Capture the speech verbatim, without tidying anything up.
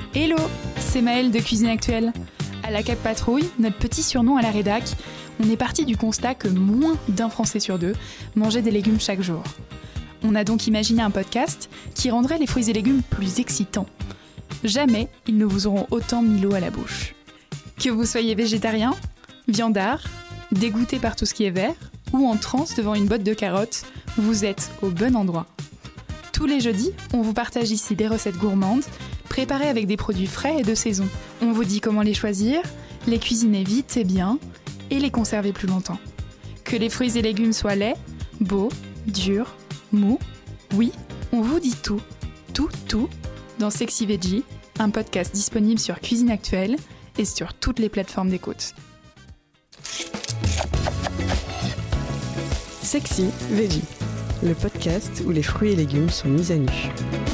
Hello, c'est Maëlle de Cuisine Actuelle. À la Cap Patrouille, notre petit surnom à la rédac, on est parti du constat que moins d'un Français sur deux mangeait des légumes chaque jour. On a donc imaginé un podcast qui rendrait les fruits et légumes plus excitants. Jamais ils ne vous auront autant mis l'eau à la bouche. Que vous soyez végétarien, viandard, dégoûté par tout ce qui est vert, ou en transe devant une botte de carottes, vous êtes au bon endroit. Tous les jeudis, on vous partage ici des recettes gourmandes, préparées avec des produits frais et de saison. On vous dit comment les choisir, les cuisiner vite et bien, et les conserver plus longtemps. Que les fruits et légumes soient laids, beaux, durs, mous, oui, on vous dit tout, tout, tout, dans Sexy Veggie, un podcast disponible sur Cuisine Actuelle et sur toutes les plateformes d'écoute. Sexy Veggie, le podcast où les fruits et légumes sont mis à nu.